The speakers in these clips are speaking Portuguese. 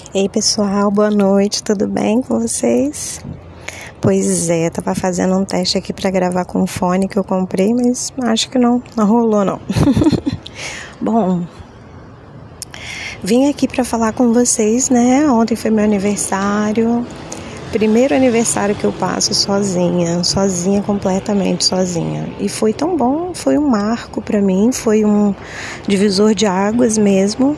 Ei pessoal, boa noite, tudo bem com vocês? Pois é, tava fazendo um teste aqui para gravar com o fone que eu comprei, mas acho que não rolou não. Bom, vim aqui para falar com vocês, né? Ontem foi meu aniversário, primeiro aniversário que eu passo sozinha, completamente sozinha. E foi tão bom, foi um marco para mim, foi um divisor de águas mesmo.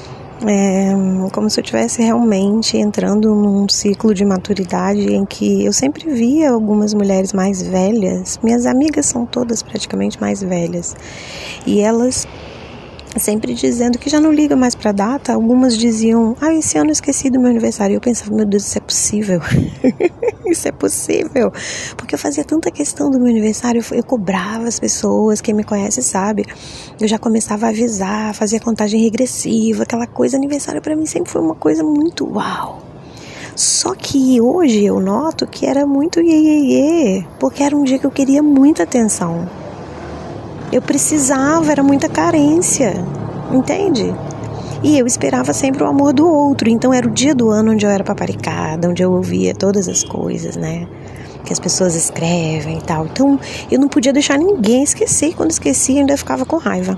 Como se eu estivesse realmente entrando num ciclo de maturidade em que eu sempre via algumas mulheres mais velhas, minhas amigas são todas praticamente mais velhas, e elas sempre dizendo que já não ligam mais para a data. Algumas diziam, esse ano eu esqueci do meu aniversário. E eu pensava, meu Deus, isso é possível? Isso é possível? Porque eu fazia tanta questão do meu aniversário, eu cobrava as pessoas, quem me conhece sabe. Eu já começava a avisar, fazia contagem regressiva, aquela coisa. Aniversário para mim sempre foi uma coisa muito uau. Só que hoje eu noto que era muito porque era um dia que eu queria muita atenção. Eu precisava, era muita carência, entende? E eu esperava sempre o amor do outro, então era o dia do ano onde eu era paparicada, onde eu ouvia todas as coisas, né? Que as pessoas escrevem e tal. Então eu não podia deixar ninguém esquecer, quando esquecia ainda ficava com raiva.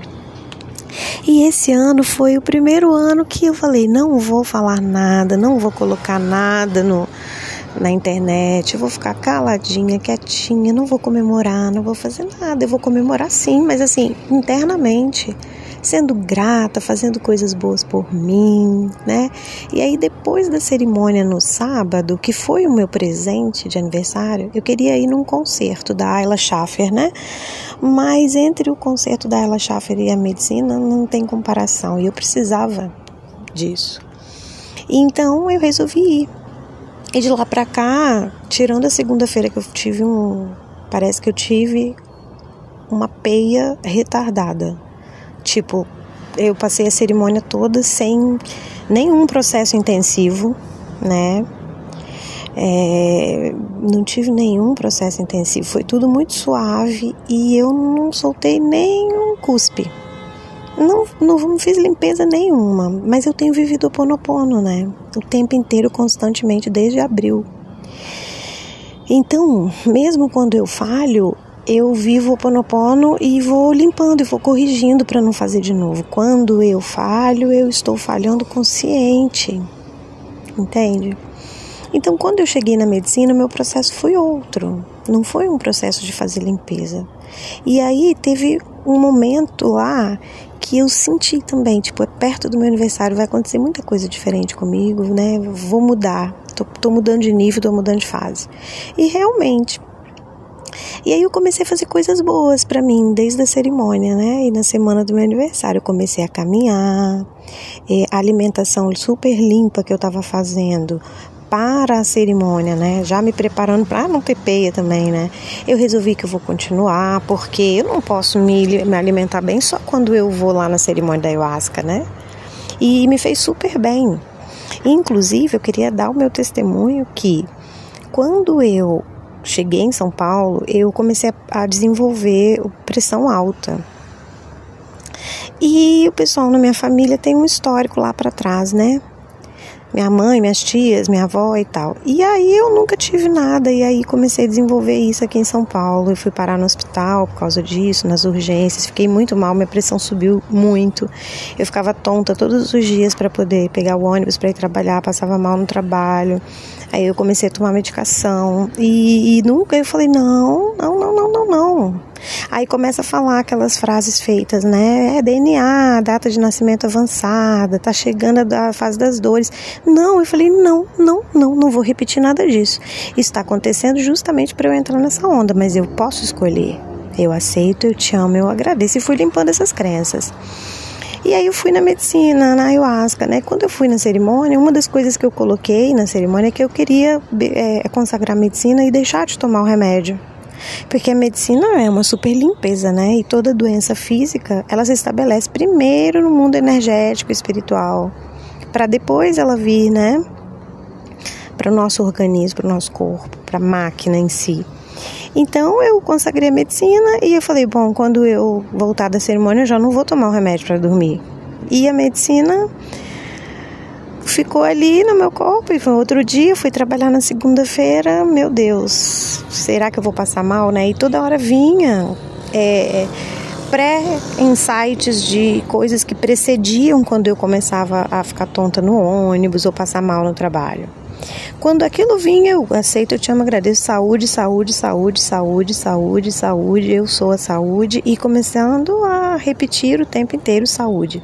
E esse ano foi o primeiro ano que eu falei, não vou falar nada, não vou colocar nada na internet, eu vou ficar caladinha, quietinha, não vou comemorar, não vou fazer nada. Eu vou comemorar sim, mas assim, internamente, sendo grata, fazendo coisas boas por mim, né? E aí depois da cerimônia no sábado, que foi o meu presente de aniversário, eu queria ir num concerto da Ayla Schaffer, né? Mas entre o concerto da Ayla Schaffer e a medicina não tem comparação, e eu precisava disso. Então eu resolvi ir. E de lá pra cá, tirando a segunda-feira que eu tive parece que eu tive uma peia retardada. Tipo, eu passei a cerimônia toda sem nenhum processo intensivo, né? Não tive nenhum processo intensivo, foi tudo muito suave e eu não soltei nenhum cuspe. Não fiz limpeza nenhuma, mas eu tenho vivido o Ho'oponopono, né? O tempo inteiro, constantemente, desde abril. Então, mesmo quando eu falho, eu vivo o Ho'oponopono e vou limpando e vou corrigindo para não fazer de novo. Quando eu falho, eu estou falhando consciente, entende? Então, quando eu cheguei na medicina, meu processo foi outro. Não foi um processo de fazer limpeza. E aí teve um momento lá que eu senti também, tipo, perto do meu aniversário vai acontecer muita coisa diferente comigo, né? Vou mudar, tô mudando de nível, tô mudando de fase. E realmente. E aí eu comecei a fazer coisas boas pra mim, desde a cerimônia, né? E na semana do meu aniversário eu comecei a caminhar, a alimentação super limpa que eu tava fazendo para a cerimônia, né? Já me preparando para não ter peia também, né? Eu resolvi que eu vou continuar, porque eu não posso me alimentar bem só quando eu vou lá na cerimônia da ayahuasca, né? E me fez super bem. Inclusive, eu queria dar o meu testemunho que quando eu cheguei em São Paulo, eu comecei a desenvolver pressão alta. E o pessoal na minha família tem um histórico lá para trás, né? Minha mãe, minhas tias, minha avó e tal. E aí eu nunca tive nada, e aí comecei a desenvolver isso aqui em São Paulo. Eu fui parar no hospital por causa disso, nas urgências, fiquei muito mal, minha pressão subiu muito. Eu ficava tonta todos os dias para poder pegar o ônibus para ir trabalhar, passava mal no trabalho. Aí eu comecei a tomar medicação e nunca eu falei, não. Aí começa a falar aquelas frases feitas, né? DNA, data de nascimento avançada, tá chegando a fase das dores. Não, eu falei, não vou repetir nada disso. Isso está acontecendo justamente para eu entrar nessa onda, mas eu posso escolher. Eu aceito, eu te amo, eu agradeço. E fui limpando essas crenças. E aí eu fui na medicina, na ayahuasca, né? Quando eu fui na cerimônia, uma das coisas que eu coloquei na cerimônia é que eu queria consagrar a medicina e deixar de tomar o remédio. Porque a medicina é uma super limpeza, né? E toda doença física, ela se estabelece primeiro no mundo energético e espiritual, para depois ela vir, né? Para o nosso organismo, para o nosso corpo, para a máquina em si. Então eu consagrei a medicina e eu falei, bom, quando eu voltar da cerimônia eu já não vou tomar o remédio para dormir. E a medicina ficou ali no meu corpo. E foi outro dia, fui trabalhar na segunda-feira. Meu Deus, será que eu vou passar mal, né? E toda hora vinha pré-insights de coisas que precediam quando eu começava a ficar tonta no ônibus ou passar mal no trabalho. Quando aquilo vinha, eu aceito, eu te amo, agradeço, saúde, saúde, saúde, saúde, saúde, saúde, eu sou a saúde, e começando a repetir o tempo inteiro saúde.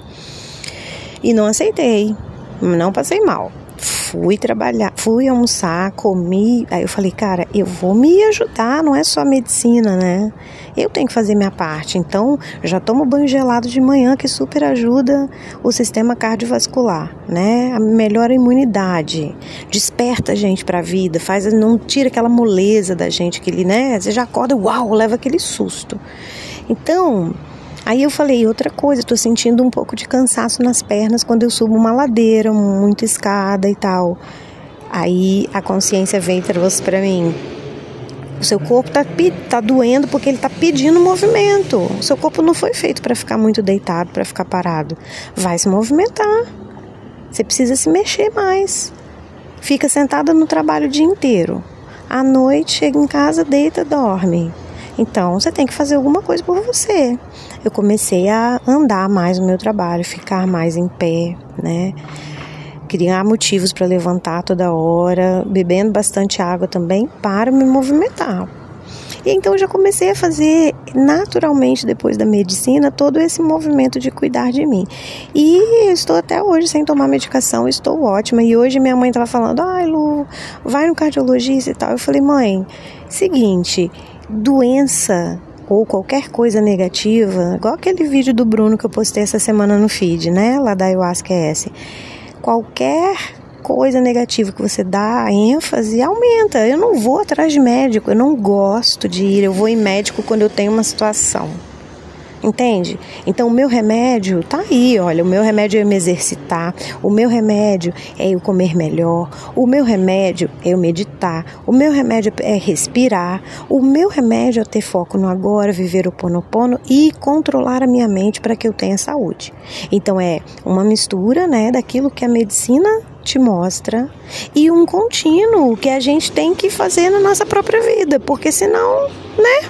E não aceitei, não passei mal. Fui trabalhar, fui almoçar, comi. Aí eu falei, cara, eu vou me ajudar, não é só medicina, né? Eu tenho que fazer minha parte. Então, já tomo banho gelado de manhã, que super ajuda o sistema cardiovascular, né? Melhora a imunidade, desperta a gente pra vida, não tira aquela moleza da gente, que né? Você já acorda, uau, leva aquele susto. Então, aí eu falei, outra coisa, estou sentindo um pouco de cansaço nas pernas quando eu subo uma ladeira, muita escada e tal. Aí a consciência veio e trouxe para mim, o seu corpo tá doendo porque ele tá pedindo movimento. O seu corpo não foi feito para ficar muito deitado, para ficar parado. Vai se movimentar. Você precisa se mexer mais. Fica sentada no trabalho o dia inteiro. À noite, chega em casa, deita, dorme. Então, você tem que fazer alguma coisa por você. Eu comecei a andar mais no meu trabalho, ficar mais em pé, né? Criar motivos para levantar toda hora, bebendo bastante água também para me movimentar. E então eu já comecei a fazer naturalmente, depois da medicina, todo esse movimento de cuidar de mim. E estou até hoje sem tomar medicação, estou ótima. E hoje minha mãe estava falando, ai Lu, vai no cardiologista e tal. Eu falei, mãe, seguinte, doença ou qualquer coisa negativa, igual aquele vídeo do Bruno que eu postei essa semana no feed, né, lá da Ayahuasca S. Qualquer coisa negativa que você dá ênfase, aumenta. Eu não vou atrás de médico, eu não gosto de ir, eu vou em médico quando eu tenho uma situação. Entende? Então o meu remédio tá aí, olha, o meu remédio é eu me exercitar, o meu remédio é eu comer melhor, o meu remédio é eu meditar, o meu remédio é respirar, o meu remédio é ter foco no agora, viver o Ho'oponopono e controlar a minha mente para que eu tenha saúde. Então é uma mistura, né, daquilo que a medicina te mostra e um contínuo que a gente tem que fazer na nossa própria vida, porque senão, né?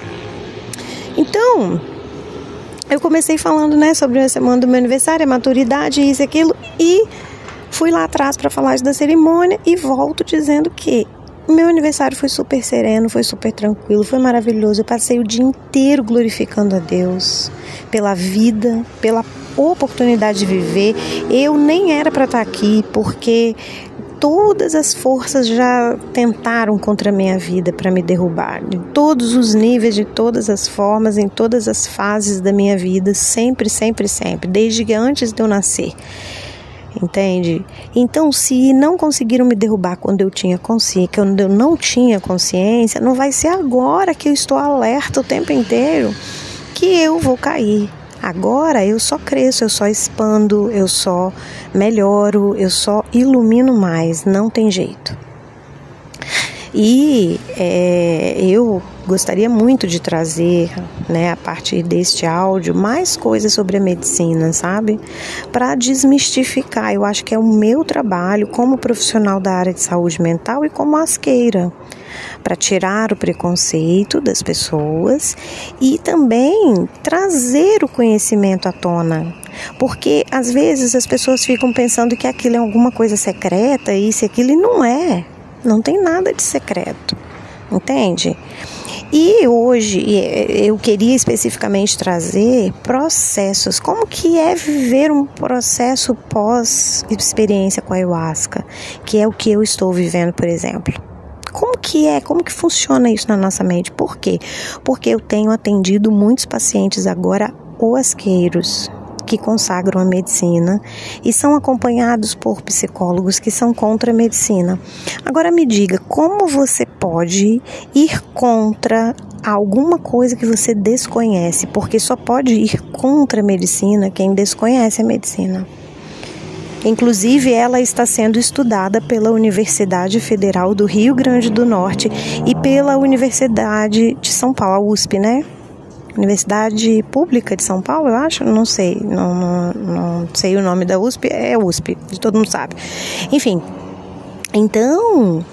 Então, eu comecei falando, né, sobre a semana do meu aniversário, a maturidade, isso e aquilo, e fui lá atrás para falar da cerimônia e volto dizendo que o meu aniversário foi super sereno, foi super tranquilo, foi maravilhoso. Eu passei o dia inteiro glorificando a Deus pela vida, pela oportunidade de viver. Eu nem era para estar aqui, porque todas as forças já tentaram contra a minha vida para me derrubar, em todos os níveis, de todas as formas, em todas as fases da minha vida, sempre, sempre, sempre, desde antes de eu nascer. Entende? Então, se não conseguiram me derrubar quando eu tinha consciência, quando eu não tinha consciência, não vai ser agora que eu estou alerta o tempo inteiro que eu vou cair. Agora eu só cresço, eu só expando, eu só melhoro, eu só ilumino mais, não tem jeito. E eu gostaria muito de trazer, né, a partir deste áudio, mais coisas sobre a medicina, sabe? Para desmistificar. Eu acho que é o meu trabalho como profissional da área de saúde mental e como asqueira, para tirar o preconceito das pessoas e também trazer o conhecimento à tona. Porque às vezes as pessoas ficam pensando que aquilo é alguma coisa secreta, isso e aquilo, e não é. Não tem nada de secreto, entende? E hoje eu queria especificamente trazer processos, como que é viver um processo pós-experiência com a Ayahuasca, que é o que eu estou vivendo, por exemplo. Como que funciona isso na nossa mente? Por quê? Porque eu tenho atendido muitos pacientes agora ayahuasqueiros, que consagram a medicina e são acompanhados por psicólogos que são contra a medicina. Agora me diga, como você pode ir contra alguma coisa que você desconhece? Porque só pode ir contra a medicina quem desconhece a medicina. Inclusive, ela está sendo estudada pela Universidade Federal do Rio Grande do Norte e pela Universidade de São Paulo, a USP, né? Universidade Pública de São Paulo, eu acho, não sei, não sei o nome da USP, é USP, todo mundo sabe. Enfim, então,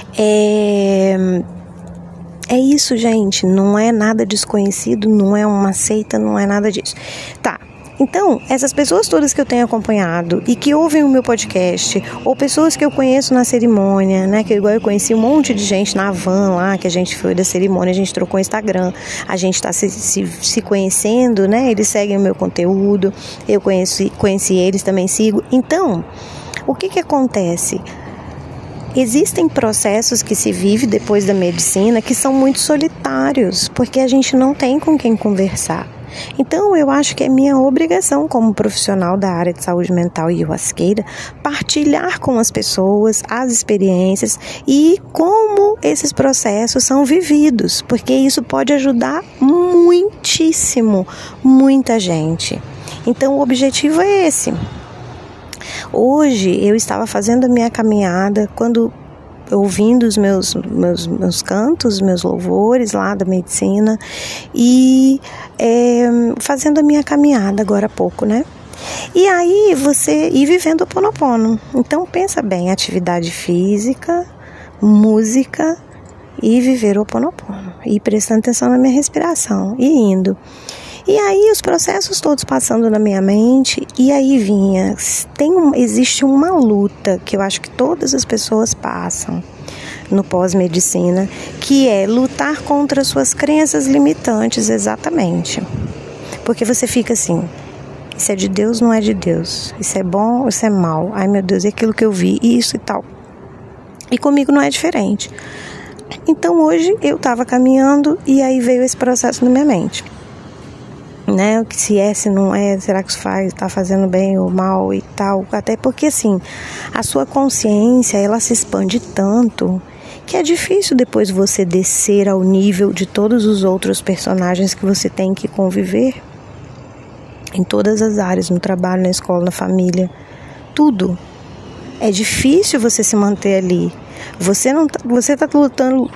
é isso, gente, não é nada desconhecido, não é uma seita, não é nada disso. Tá. Então, essas pessoas todas que eu tenho acompanhado e que ouvem o meu podcast, ou pessoas que eu conheço na cerimônia, né, que igual eu conheci um monte de gente na van lá, que a gente foi da cerimônia, a gente trocou o Instagram, a gente está se conhecendo, né, eles seguem o meu conteúdo, eu conheci eles, também sigo. Então, o que acontece? Existem processos que se vive depois da medicina que são muito solitários, porque a gente não tem com quem conversar. Então, eu acho que é minha obrigação como profissional da área de saúde mental e ayahuasqueira partilhar com as pessoas as experiências e como esses processos são vividos, porque isso pode ajudar muitíssimo, muita gente. Então, o objetivo é esse. Hoje, eu estava fazendo a minha caminhada quando ouvindo os meus cantos, meus louvores lá da medicina e fazendo a minha caminhada agora há pouco, né? E aí você ir vivendo o Ho'oponopono. Então pensa bem, atividade física, música e viver o Ho'oponopono. E prestando atenção na minha respiração e indo. E aí os processos todos passando na minha mente, e aí existe uma luta que eu acho que todas as pessoas passam no pós-medicina, que é lutar contra suas crenças limitantes, exatamente. Porque você fica assim, isso é de Deus, não é de Deus, isso é bom, isso é mal, ai meu Deus, é aquilo que eu vi, isso e tal. E comigo não é diferente. Então hoje eu estava caminhando e aí veio esse processo na minha mente. Né, o que se é, se não é, será que está fazendo bem ou mal e tal, até porque assim, a sua consciência, ela se expande tanto, que é difícil depois você descer ao nível de todos os outros personagens que você tem que conviver, em todas as áreas, no trabalho, na escola, na família, tudo, é difícil você se manter ali, você está lutando...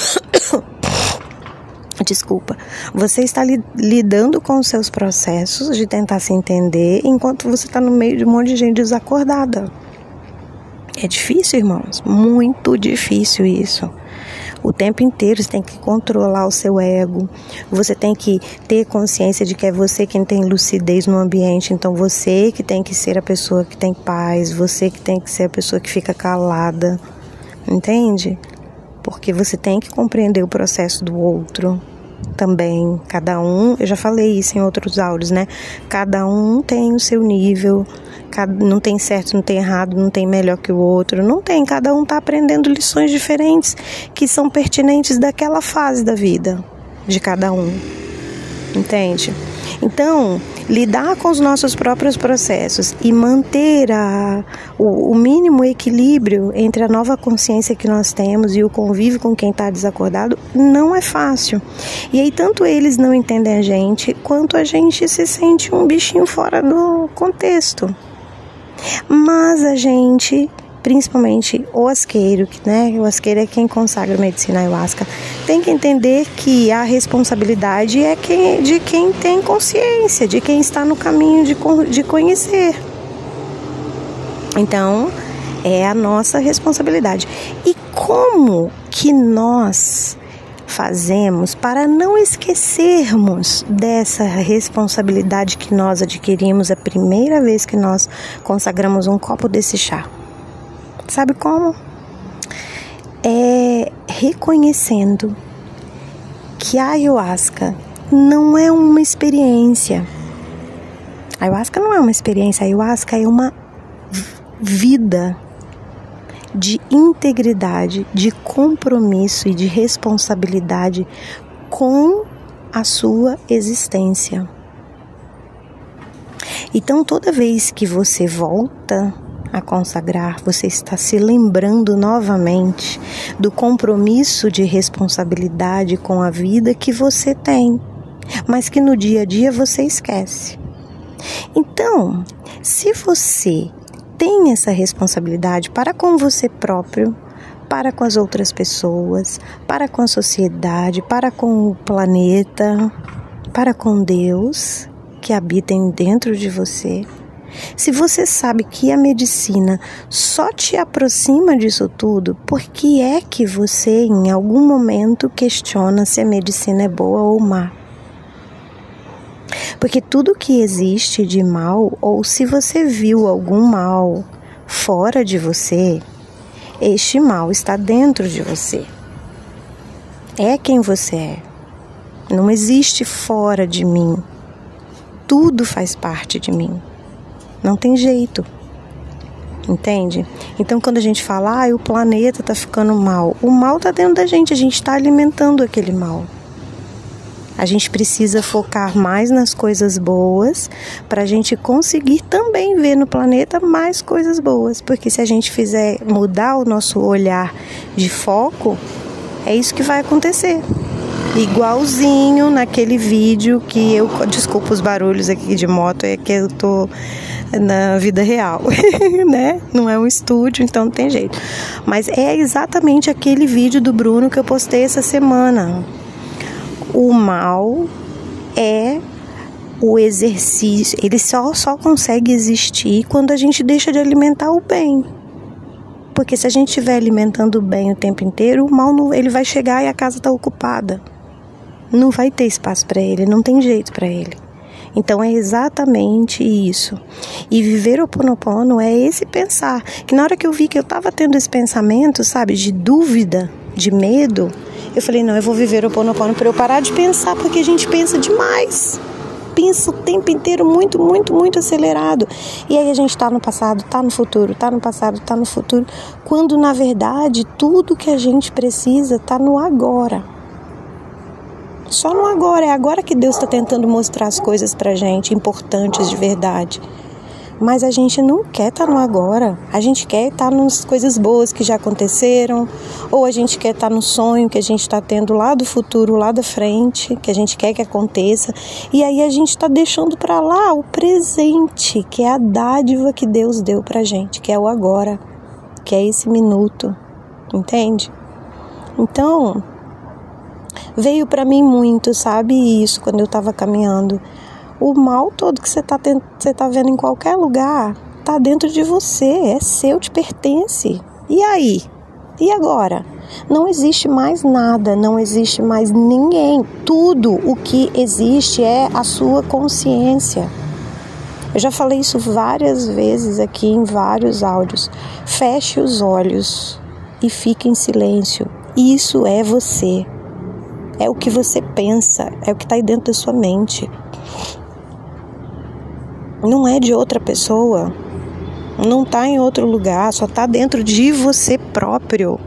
Desculpa, você está lidando com os seus processos de tentar se entender enquanto você está no meio de um monte de gente desacordada. É difícil, irmãos, muito difícil isso. O tempo inteiro você tem que controlar o seu ego, você tem que ter consciência de que é você quem tem lucidez no ambiente, então você que tem que ser a pessoa que tem paz, você que tem que ser a pessoa que fica calada, entende? Porque você tem que compreender o processo do outro também, cada um, eu já falei isso em outros áudios, né? Cada um tem o seu nível, não tem certo, não tem errado, não tem melhor que o outro, não tem, cada um está aprendendo lições diferentes que são pertinentes daquela fase da vida de cada um, entende? Então, lidar com os nossos próprios processos e manter o mínimo equilíbrio entre a nova consciência que nós temos e o convívio com quem está desacordado não é fácil. E aí tanto eles não entendem a gente, quanto a gente se sente um bichinho fora do contexto. Mas a gente, principalmente o asqueiro, né? O asqueiro é quem consagra a medicina ayahuasca, tem que entender que a responsabilidade é de quem tem consciência, de quem está no caminho de conhecer. Então, é a nossa responsabilidade. E como que nós fazemos para não esquecermos dessa responsabilidade que nós adquirimos a primeira vez que nós consagramos um copo desse chá? Sabe como? É reconhecendo que a ayahuasca não é uma experiência. A ayahuasca não é uma experiência, a ayahuasca é uma vida de integridade, de compromisso e de responsabilidade com a sua existência. Então, toda vez que você volta a consagrar, você está se lembrando novamente do compromisso de responsabilidade com a vida que você tem, mas que no dia a dia você esquece. Então, se você tem essa responsabilidade para com você próprio, para com as outras pessoas, para com a sociedade, para com o planeta, para com Deus que habita dentro de você. Se você sabe que a medicina só te aproxima disso tudo, por que é que você em algum momento questiona se a medicina é boa ou má? Porque tudo que existe de mal, ou se você viu algum mal fora de você, este mal está dentro de você. É quem você é. Não existe fora de mim. Tudo faz parte de mim. Não tem jeito. Entende? Então quando a gente fala, o planeta está ficando mal, o mal está dentro da gente, a gente está alimentando aquele mal. A gente precisa focar mais nas coisas boas para a gente conseguir também ver no planeta mais coisas boas. Porque se a gente fizer mudar o nosso olhar de foco, é isso que vai acontecer. Igualzinho naquele vídeo que eu... Desculpa os barulhos aqui de moto, é que eu tô na vida real, né? Não é um estúdio, então não tem jeito. Mas é exatamente aquele vídeo do Bruno que eu postei essa semana. O mal é o exercício, ele só consegue existir quando a gente deixa de alimentar o bem. Porque se a gente estiver alimentando o bem o tempo inteiro, o mal não, ele vai chegar e a casa está ocupada. Não vai ter espaço para ele, não tem jeito para ele. Então é exatamente isso. E viver o Ho'oponopono é esse pensar. Que na hora que eu vi que eu estava tendo esse pensamento, sabe, de dúvida, de medo, eu falei, não, eu vou viver o Ho'oponopono para eu parar de pensar, porque a gente pensa demais. Pensa o tempo inteiro muito, muito, muito acelerado. E aí a gente está no passado, está no futuro, está no passado, está no futuro. Quando na verdade tudo que a gente precisa está no agora. Só no agora, é agora que Deus está tentando mostrar as coisas pra gente, importantes de verdade. Mas a gente não quer estar no agora, a gente quer estar nas coisas boas que já aconteceram, ou a gente quer estar no sonho que a gente está tendo lá do futuro, lá da frente, que a gente quer que aconteça. E aí a gente está deixando para lá o presente, que é a dádiva que Deus deu pra gente, que é o agora, que é esse minuto, entende? Então... veio para mim muito, sabe, isso, quando eu estava caminhando. O mal todo que você tá vendo em qualquer lugar, tá dentro de você, é seu, te pertence. E aí? E agora? Não existe mais nada, não existe mais ninguém. Tudo o que existe é a sua consciência. Eu já falei isso várias vezes aqui em vários áudios. Feche os olhos e fique em silêncio. Isso é você. É o que você pensa, é o que está aí dentro da sua mente. Não é de outra pessoa, não está em outro lugar, só está dentro de você próprio.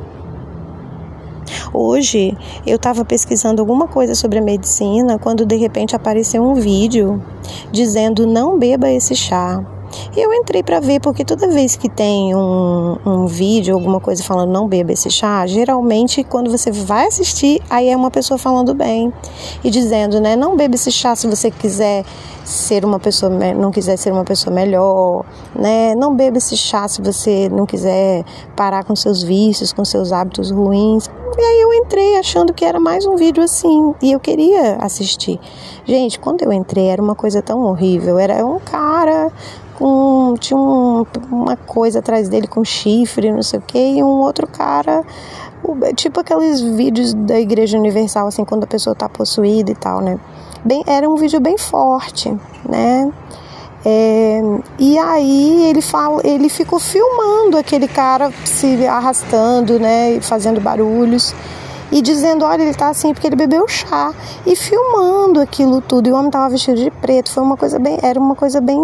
Hoje eu estava pesquisando alguma coisa sobre a medicina quando de repente apareceu um vídeo dizendo não beba esse chá. E eu entrei para ver, porque toda vez que tem um vídeo, alguma coisa falando não beba esse chá, geralmente quando você vai assistir, aí é uma pessoa falando bem e dizendo, né, não beba esse chá se você quiser ser uma pessoa, não quiser ser uma pessoa melhor, né, não beba esse chá se você não quiser parar com seus vícios, com seus hábitos ruins. E aí eu entrei achando que era mais um vídeo assim, e eu queria assistir. Gente, quando eu entrei era uma coisa tão horrível, era um cara... tinha uma coisa atrás dele com chifre, não sei o que, e um outro cara, tipo aqueles vídeos da Igreja Universal, assim, quando a pessoa tá possuída e tal, né? Era um vídeo bem forte, né? E aí ele ficou filmando aquele cara se arrastando, né? Fazendo barulhos e dizendo, olha, ele tá assim porque ele bebeu chá, e filmando aquilo tudo, e o homem tava vestido de preto. Era uma coisa bem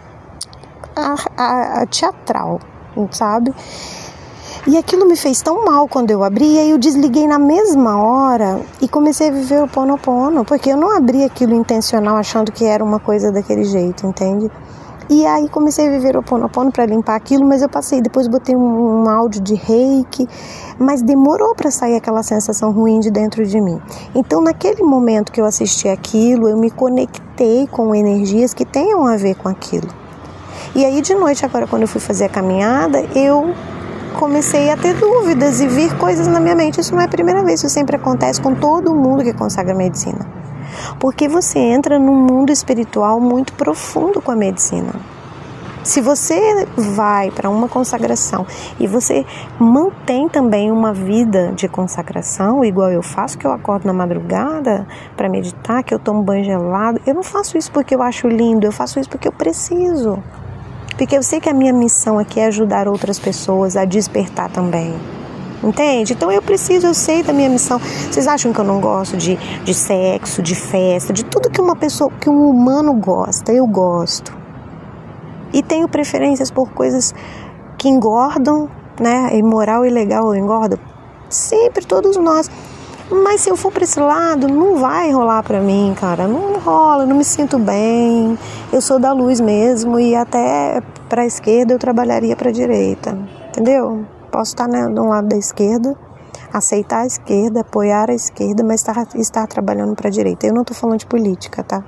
teatral, sabe? E aquilo me fez tão mal quando eu abri, e aí eu desliguei na mesma hora e comecei a viver o Ho'oponopono, porque eu não abri aquilo intencional achando que era uma coisa daquele jeito, entende? E aí comecei a viver o Ho'oponopono para limpar aquilo, mas eu passei, depois botei um áudio de reiki, mas demorou para sair aquela sensação ruim de dentro de mim. Então naquele momento que eu assisti aquilo, eu me conectei com energias que tenham a ver com aquilo. E aí de noite, agora quando eu fui fazer a caminhada, eu comecei a ter dúvidas e vir coisas na minha mente. Isso não é a primeira vez, isso sempre acontece com todo mundo que consagra medicina. Porque você entra num mundo espiritual muito profundo com a medicina. Se você vai para uma consagração e você mantém também uma vida de consagração, igual eu faço, que eu acordo na madrugada para meditar, que eu tomo banho gelado, eu não faço isso porque eu acho lindo, eu faço isso porque eu preciso. Porque eu sei que a minha missão aqui é ajudar outras pessoas a despertar também. Entende? Então eu sei da minha missão. Vocês acham que eu não gosto de sexo, de festa, de tudo que que um humano gosta? Eu gosto. E tenho preferências por coisas que engordam, né? Imoral e ilegal engorda. Sempre, todos nós. Mas se eu for para esse lado, não vai rolar para mim, cara. Não rola, não me sinto bem. Eu sou da luz mesmo e até para a esquerda eu trabalharia para a direita. Entendeu? Posso estar, né, de um lado da esquerda, aceitar a esquerda, apoiar a esquerda, mas estar trabalhando para a direita. Eu não estou falando de política, tá?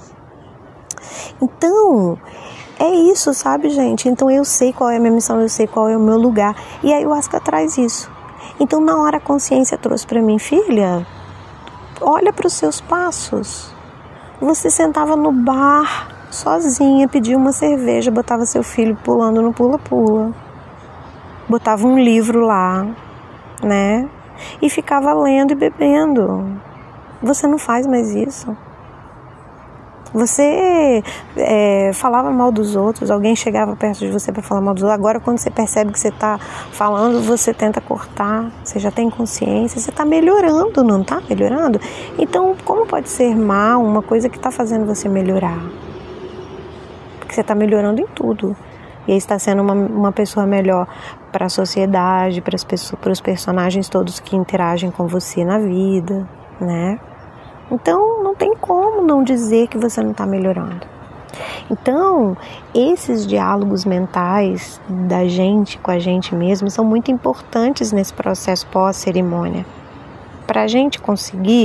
Então, é isso, sabe, gente? Então eu sei qual é a minha missão, eu sei qual é o meu lugar. E a ayahuasca traz isso. Então, na hora a consciência trouxe para mim, filha, olha para os seus passos. Você sentava no bar, sozinha, pedia uma cerveja, botava seu filho pulando no pula-pula. Botava um livro lá, né? E ficava lendo e bebendo. Você não faz mais isso. Você falava mal dos outros, alguém chegava perto de você para falar mal dos outros. Agora, quando você percebe que você está falando, você tenta cortar, você já tem consciência, você está melhorando, não está melhorando? Então, como pode ser mal uma coisa que está fazendo você melhorar? Porque você está melhorando em tudo. E aí está sendo uma pessoa melhor para a sociedade, para os personagens todos que interagem com você na vida, né? Então, não tem como não dizer que você não está melhorando. Então, esses diálogos mentais da gente com a gente mesmo são muito importantes nesse processo pós-cerimônia. Para a gente conseguir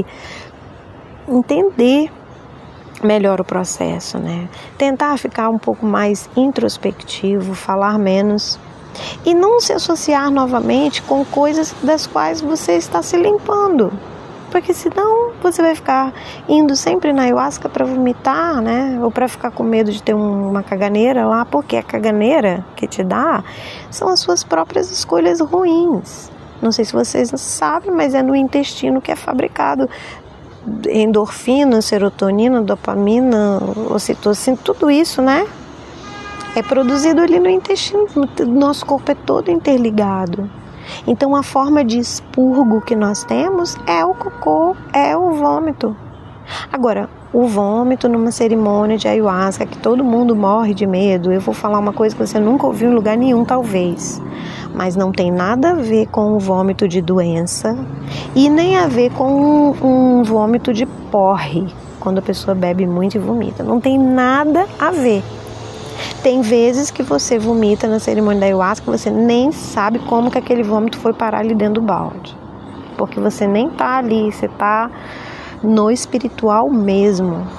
entender melhor o processo, né? Tentar ficar um pouco mais introspectivo, falar menos e não se associar novamente com coisas das quais você está se limpando. Porque senão você vai ficar indo sempre na ayahuasca para vomitar, né? Ou para ficar com medo de ter uma caganeira lá, porque a caganeira que te dá são as suas próprias escolhas ruins. Não sei se vocês sabem, mas é no intestino que é fabricado endorfina, serotonina, dopamina, ocitocina, tudo isso, né? É produzido ali no intestino. Nosso corpo é todo interligado. Então a forma de expurgo que nós temos é o cocô, é o vômito. Agora, o vômito numa cerimônia de ayahuasca que todo mundo morre de medo, eu vou falar uma coisa que você nunca ouviu em lugar nenhum talvez, mas não tem nada a ver com o vômito de doença e nem a ver com um vômito de porre, quando a pessoa bebe muito e vomita. Não tem nada a ver. Tem vezes que você vomita na cerimônia da ayahuasca, você nem sabe como que aquele vômito foi parar ali dentro do balde. Porque você nem tá ali, você tá no espiritual mesmo.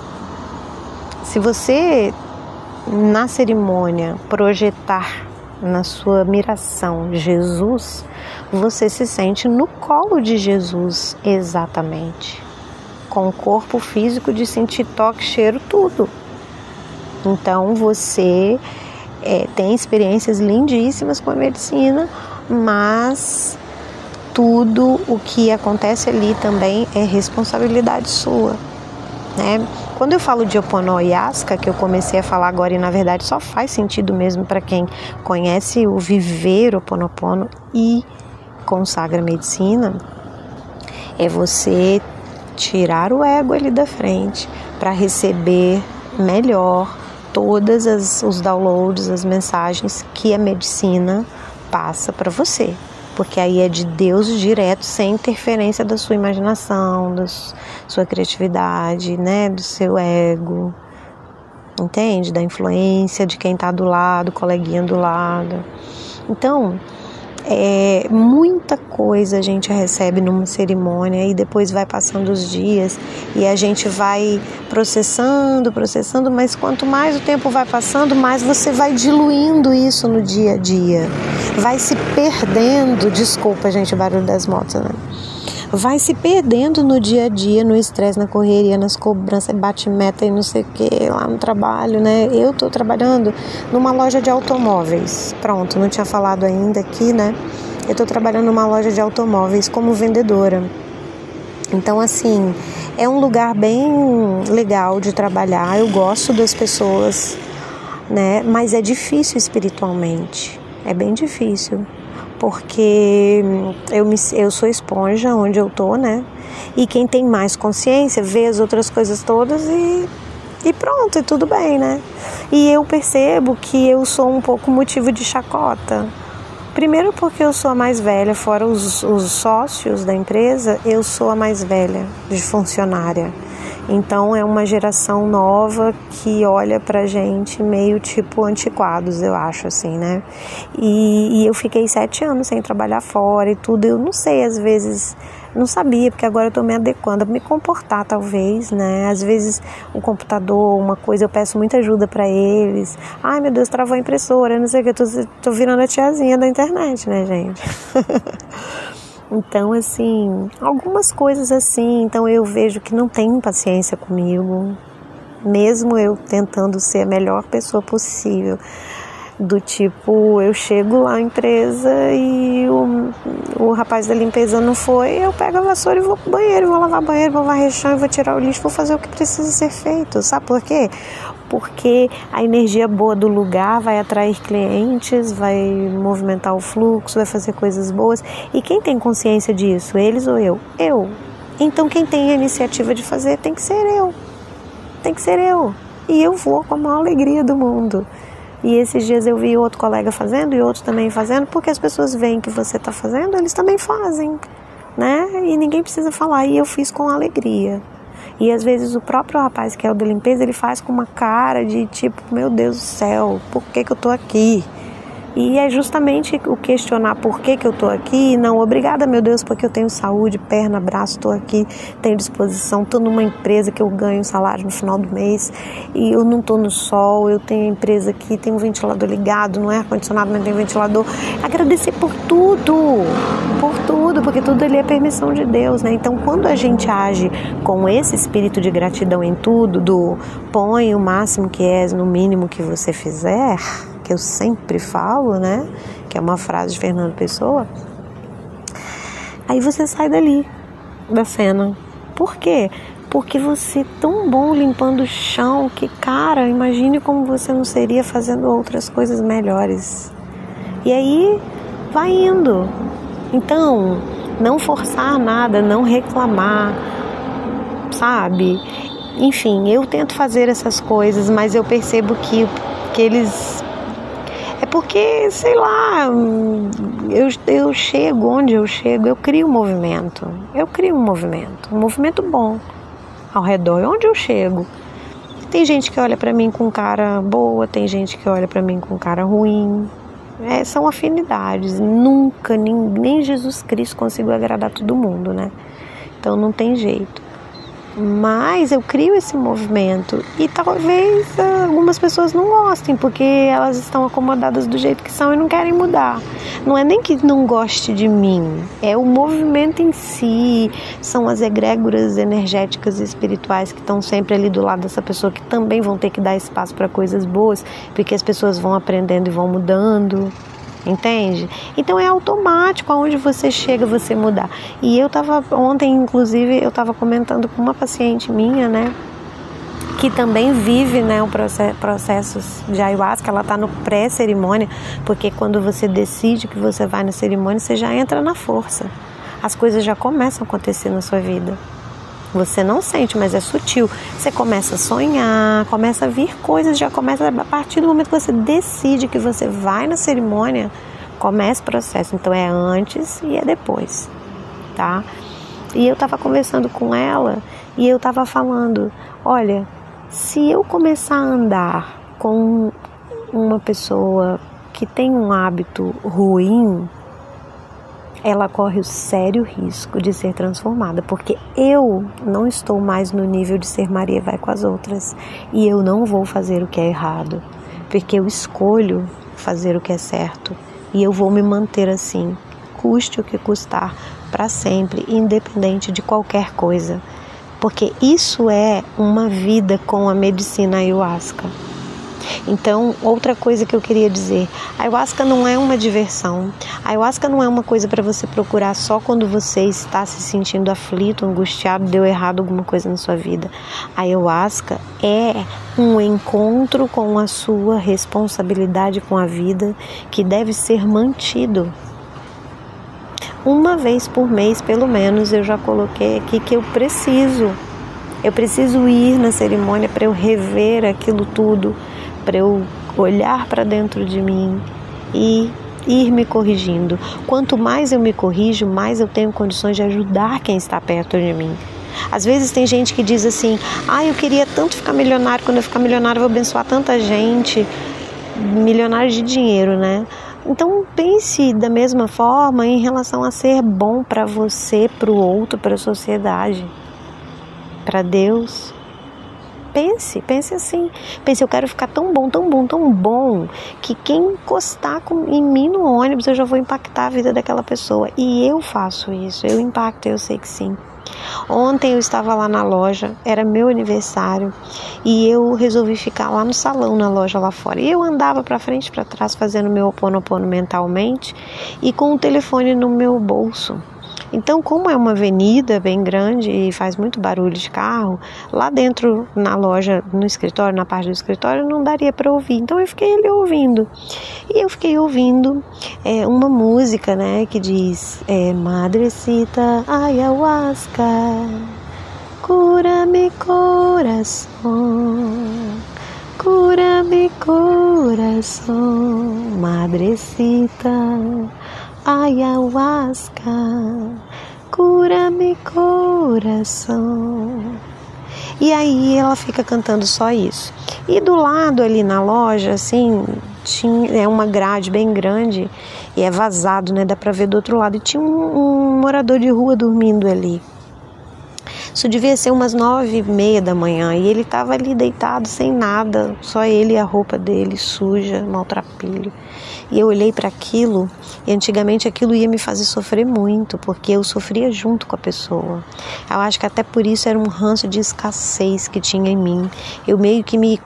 Se você, na cerimônia, projetar na sua miração Jesus, você se sente no colo de Jesus exatamente. Com o corpo físico de sentir toque, cheiro, tudo. Então você tem experiências lindíssimas com a medicina, mas tudo o que acontece ali também é responsabilidade sua, né? Quando eu falo de Oponoiasca, que eu comecei a falar agora e na verdade só faz sentido mesmo para quem conhece o viver Oponopono e consagra a medicina, é você tirar o ego ali da frente para receber melhor todas os downloads, as mensagens que a medicina passa para você, porque aí é de Deus direto, sem interferência da sua imaginação, da sua criatividade, né, do seu ego, entende? Da influência de quem está do lado, coleguinha do lado. Então, Muita coisa a gente recebe numa cerimônia e depois vai passando os dias e a gente vai processando, mas quanto mais o tempo vai passando, mais você vai diluindo isso no dia a dia. Vai se perdendo, desculpa, gente, o barulho das motos, né? Vai se perdendo no dia a dia, no estresse, na correria, nas cobranças, bate meta e não sei o que, lá no trabalho, né? Eu tô trabalhando numa loja de automóveis. Pronto, não tinha falado ainda aqui, né? Eu tô trabalhando numa loja de automóveis como vendedora. Então, assim, é um lugar bem legal de trabalhar. Eu gosto das pessoas, né? Mas é difícil espiritualmente. É bem difícil. Porque eu sou esponja onde eu tô, né? E quem tem mais consciência vê as outras coisas todas e pronto, e tudo bem, né? E eu percebo que eu sou um pouco motivo de chacota. Primeiro porque eu sou a mais velha, fora os sócios da empresa, eu sou a mais velha de funcionária. Então é uma geração nova que olha pra gente meio tipo antiquados, eu acho assim, né? E eu fiquei 7 anos sem trabalhar fora e tudo, eu não sei, às vezes, não sabia, porque agora eu tô me adequando a me comportar talvez, né? Às vezes o computador, uma coisa, eu peço muita ajuda pra eles. Ai meu Deus, travou a impressora, não sei o que, eu tô virando a tiazinha da internet, né, gente? Então, assim, algumas coisas assim, então eu vejo que não tem paciência comigo, mesmo eu tentando ser a melhor pessoa possível. Do tipo, eu chego lá na empresa e o rapaz da limpeza não foi, eu pego a vassoura e vou pro banheiro, vou lavar banheiro, vou varrer chão, vou tirar o lixo, vou fazer o que precisa ser feito. Sabe por quê? Porque a energia boa do lugar vai atrair clientes, vai movimentar o fluxo, vai fazer coisas boas. E quem tem consciência disso? Eles ou eu? Eu. Então quem tem a iniciativa de fazer tem que ser eu. Tem que ser eu. E eu vou com a maior alegria do mundo. E esses dias eu vi outro colega fazendo e outro também fazendo, porque as pessoas veem que você está fazendo, eles também fazem, né? E ninguém precisa falar, e eu fiz com alegria. E às vezes o próprio rapaz que é o da limpeza, ele faz com uma cara de tipo, meu Deus do céu, por que eu tô aqui? E é justamente o questionar por que eu estou aqui, não, obrigada meu Deus, porque eu tenho saúde, perna, braço, estou aqui, tenho disposição, estou numa empresa que eu ganho salário no final do mês e eu não estou no sol, eu tenho a empresa aqui, tenho um ventilador ligado, não é ar-condicionado, mas tem ventilador. Agradecer por tudo, porque tudo ali é permissão de Deus, né? Então quando a gente age com esse espírito de gratidão em tudo, do põe o máximo que és no mínimo que você fizer, que eu sempre falo, né? Que é uma frase de Fernando Pessoa. Aí você sai dali, da cena. Por quê? Porque você é tão bom limpando o chão que, cara, imagine como você não seria fazendo outras coisas melhores. E aí, vai indo. Então, não forçar nada, não reclamar, sabe? Enfim, eu tento fazer essas coisas, mas eu percebo que eles... É porque, sei lá, eu chego onde eu chego, eu crio um movimento. Um movimento bom ao redor, onde eu chego. Tem gente que olha pra mim com cara boa, tem gente que olha pra mim com cara ruim. São afinidades. Nunca, nem Jesus Cristo conseguiu agradar todo mundo, né? Então não tem jeito. Mas eu crio esse movimento e talvez algumas pessoas não gostem, porque elas estão acomodadas do jeito que são e não querem mudar. Não é nem que não goste de mim, é o movimento em si, são as egrégoras energéticas e espirituais que estão sempre ali do lado dessa pessoa, que também vão ter que dar espaço para coisas boas, porque as pessoas vão aprendendo e vão mudando. Entende? Então é automático, aonde você chega, você mudar. E eu tava, ontem inclusive, eu tava comentando com uma paciente minha, né, que também vive, né, o processo de ayahuasca. Ela tá no pré-cerimônia, porque quando você decide que você vai na cerimônia, você já entra na força. As coisas já começam a acontecer na sua vida. Você não sente, mas é sutil. Você começa a sonhar, começa a vir coisas, já começa a partir do momento que você decide que você vai na cerimônia, começa o processo. Então é antes e é depois, tá? E eu tava conversando com ela e eu tava falando, olha, se eu começar a andar com uma pessoa que tem um hábito ruim, ela corre o sério risco de ser transformada, porque eu não estou mais no nível de ser Maria vai com as outras, e eu não vou fazer o que é errado, porque eu escolho fazer o que é certo, e eu vou me manter assim, custe o que custar, para sempre, independente de qualquer coisa, porque isso é uma vida com a medicina ayahuasca. Então, outra coisa que eu queria dizer, a ayahuasca não é uma diversão, a ayahuasca não é uma coisa para você procurar só quando você está se sentindo aflito, angustiado, deu errado alguma coisa na sua vida. A ayahuasca é um encontro com a sua responsabilidade com a vida que deve ser mantido. Uma vez por mês, pelo menos, eu já coloquei aqui que eu preciso ir na cerimônia para eu rever aquilo tudo, para eu olhar para dentro de mim e ir me corrigindo. Quanto mais eu me corrijo, mais eu tenho condições de ajudar quem está perto de mim. Às vezes tem gente que diz assim, eu queria tanto ficar milionário, quando eu ficar milionário eu vou abençoar tanta gente, milionário de dinheiro, né? Então pense da mesma forma em relação a ser bom para você, para o outro, para a sociedade, para Deus. Pense assim, eu quero ficar tão bom, que quem encostar em mim no ônibus eu já vou impactar a vida daquela pessoa. E eu faço isso, eu impacto, eu sei que sim. Ontem eu estava lá na loja, era meu aniversário, e eu resolvi ficar lá no salão, na loja lá fora. E eu andava para frente e para trás fazendo meu Ho'oponopono mentalmente e com o telefone no meu bolso. Então, como é uma avenida bem grande e faz muito barulho de carro, lá dentro na loja, no escritório, na parte do escritório, não daria para ouvir. Então eu fiquei ali ouvindo. E eu fiquei ouvindo uma música, né, que diz Madrecita ayahuasca, cura-me coração, cura-me coração, Madrecita ayahuasca, cura-me coração. E aí ela fica cantando só isso. E do lado ali na loja, assim, é uma grade bem grande e é vazado, né? Dá pra ver do outro lado. E tinha um morador de rua dormindo ali. Isso devia ser umas 9:30 da manhã e ele estava ali deitado sem nada, só ele e a roupa dele suja, maltrapilho. E eu olhei para aquilo e antigamente aquilo ia me fazer sofrer muito, porque eu sofria junto com a pessoa. Eu acho que até por isso era um ranço de escassez que tinha em mim. Eu meio que me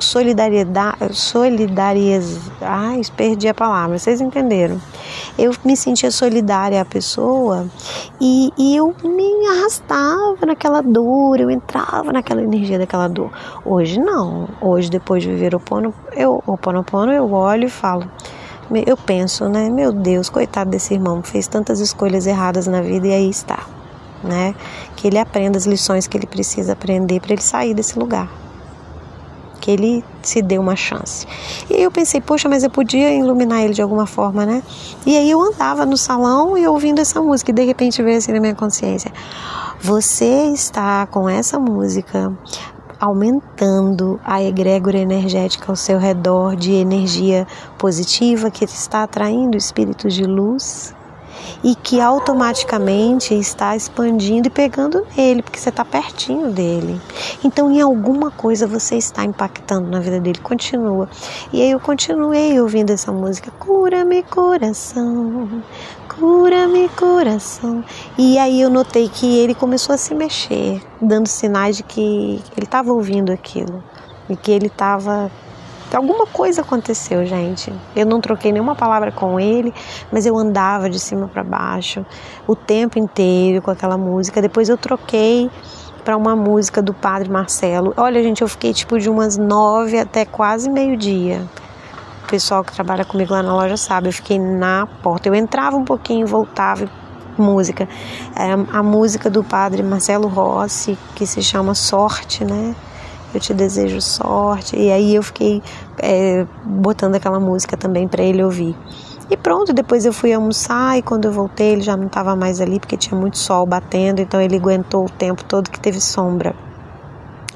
perdi a palavra, vocês entenderam? Eu me sentia solidária à pessoa e eu me arrastava naquela dor, eu entrava naquela energia daquela dor. Hoje não, hoje depois de viver o Ho'oponopono eu olho e falo, eu penso, né, meu Deus, coitado desse irmão, fez tantas escolhas erradas na vida e aí está, né, que ele aprenda as lições que ele precisa aprender para ele sair desse lugar. Que ele se deu uma chance. E aí eu pensei, poxa, mas eu podia iluminar ele de alguma forma, né? E aí eu andava no salão e ouvindo essa música e de repente veio assim na minha consciência, você está com essa música aumentando a egrégora energética ao seu redor de energia positiva que está atraindo espíritos de luz e que automaticamente está expandindo e pegando nele, porque você está pertinho dele. Então, em alguma coisa você está impactando na vida dele. Continua. E aí eu continuei ouvindo essa música, cura-me coração, cura-me coração. E aí eu notei que ele começou a se mexer, dando sinais de que ele estava ouvindo aquilo e que ele estava... Alguma coisa aconteceu, gente. Eu não troquei nenhuma palavra com ele, mas eu andava de cima para baixo o tempo inteiro com aquela música. Depois eu troquei para uma música do Padre Marcelo. Olha, gente, eu fiquei tipo de umas 9 até quase meio-dia. O pessoal que trabalha comigo lá na loja sabe, eu fiquei na porta. Eu entrava um pouquinho, voltava, música. A música do Padre Marcelo Rossi, que se chama Sorte, né? Eu te desejo sorte. E aí eu fiquei botando aquela música também para ele ouvir. E pronto, depois eu fui almoçar e quando eu voltei ele já não estava mais ali porque tinha muito sol batendo, então ele aguentou o tempo todo que teve sombra.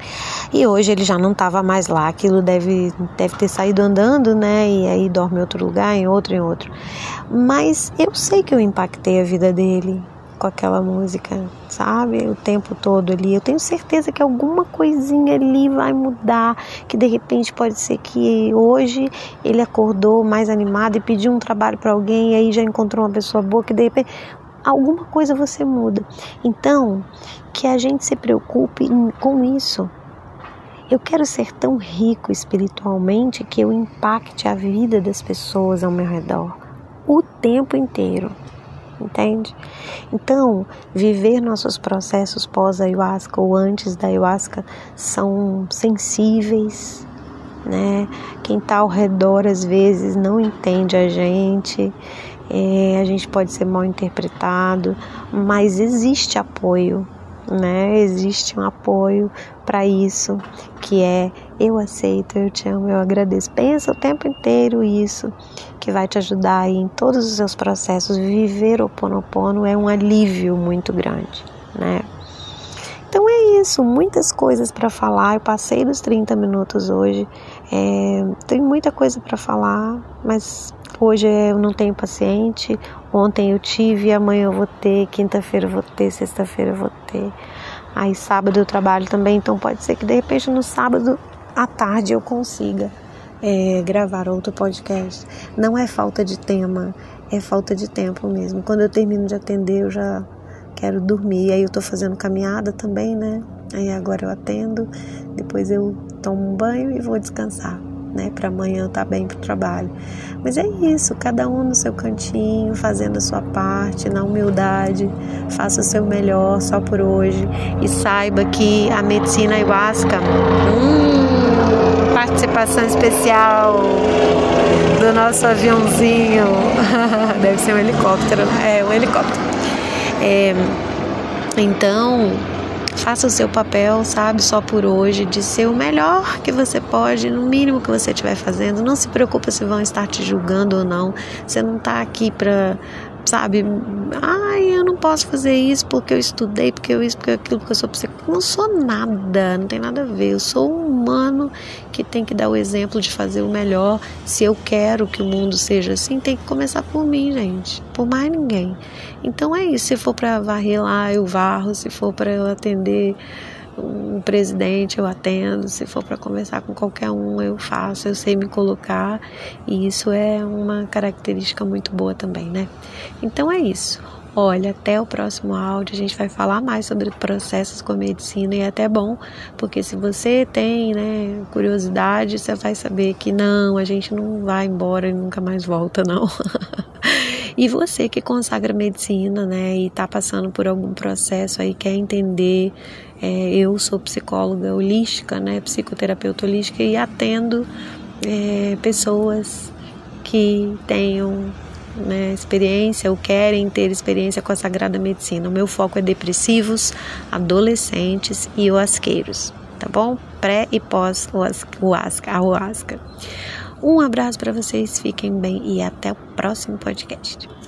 E hoje ele já não estava mais lá, aquilo deve ter saído andando, né? E aí dorme em outro lugar, em outro. Mas eu sei que eu impactei a vida dele com aquela música, sabe? O tempo todo ali. Eu tenho certeza que alguma coisinha ali vai mudar, que de repente pode ser que hoje ele acordou mais animado e pediu um trabalho para alguém e aí já encontrou uma pessoa boa, que de repente alguma coisa você muda. Então, que a gente se preocupe com isso. Eu quero ser tão rico espiritualmente que eu impacte a vida das pessoas ao meu redor o tempo inteiro, entende? Então, viver nossos processos pós-ayahuasca ou antes da ayahuasca são sensíveis, né? Quem está ao redor às vezes não entende a gente pode ser mal interpretado, mas existe apoio, né? Existe um apoio para isso, que é eu aceito, eu te amo, eu agradeço. Pensa o tempo inteiro isso, que vai te ajudar aí em todos os seus processos. Viver o Ho'oponopono é um alívio muito grande, né? Então é isso, muitas coisas para falar. Eu passei dos 30 minutos hoje, tem muita coisa para falar, mas hoje eu não tenho paciente. Ontem eu tive, amanhã eu vou ter, quinta-feira eu vou ter, sexta-feira eu vou ter. Aí sábado eu trabalho também, então pode ser que de repente no sábado à tarde eu consiga gravar outro podcast. Não é falta de tema, é falta de tempo mesmo. Quando eu termino de atender eu já quero dormir, aí eu tô fazendo caminhada também, né? Aí agora eu atendo, depois eu tomo um banho e vou descansar, né? Para amanhã eu estar bem pro trabalho. Mas é isso, cada um no seu cantinho, fazendo a sua parte, na humildade, faça o seu melhor só por hoje e saiba que a medicina ayahuasca, participação especial do nosso aviãozinho, deve ser um helicóptero, um helicóptero. Então, faça o seu papel, sabe, só por hoje, de ser o melhor que você pode, no mínimo que você estiver fazendo. Não se preocupe se vão estar te julgando ou não. Você não está aqui para, sabe, eu não posso fazer isso porque eu estudei, porque eu isso, porque aquilo, porque eu sou psicóloga. Não sou nada, não tem nada a ver. Eu sou um humano que tem que dar o exemplo de fazer o melhor. Se eu quero que o mundo seja assim, tem que começar por mim, gente, por mais ninguém. Então é isso, se for para varrer lá, eu varro, se for para eu atender um presidente, eu atendo, se for para conversar com qualquer um, eu faço, eu sei me colocar, e isso é uma característica muito boa também, né? Então é isso. Olha, até o próximo áudio, a gente vai falar mais sobre processos com a medicina, e é até bom, porque se você tem, né, curiosidade, você vai saber que não, a gente não vai embora e nunca mais volta, não. E você que consagra medicina, né, e está passando por algum processo aí, quer entender, eu sou psicóloga holística, né, psicoterapeuta holística, e atendo pessoas que tenham, né, experiência ou querem ter experiência com a Sagrada Medicina. O meu foco é depressivos, adolescentes e ayahuasqueiros, tá bom? Pré e pós ayahuasca. Um abraço para vocês, fiquem bem e até o próximo podcast.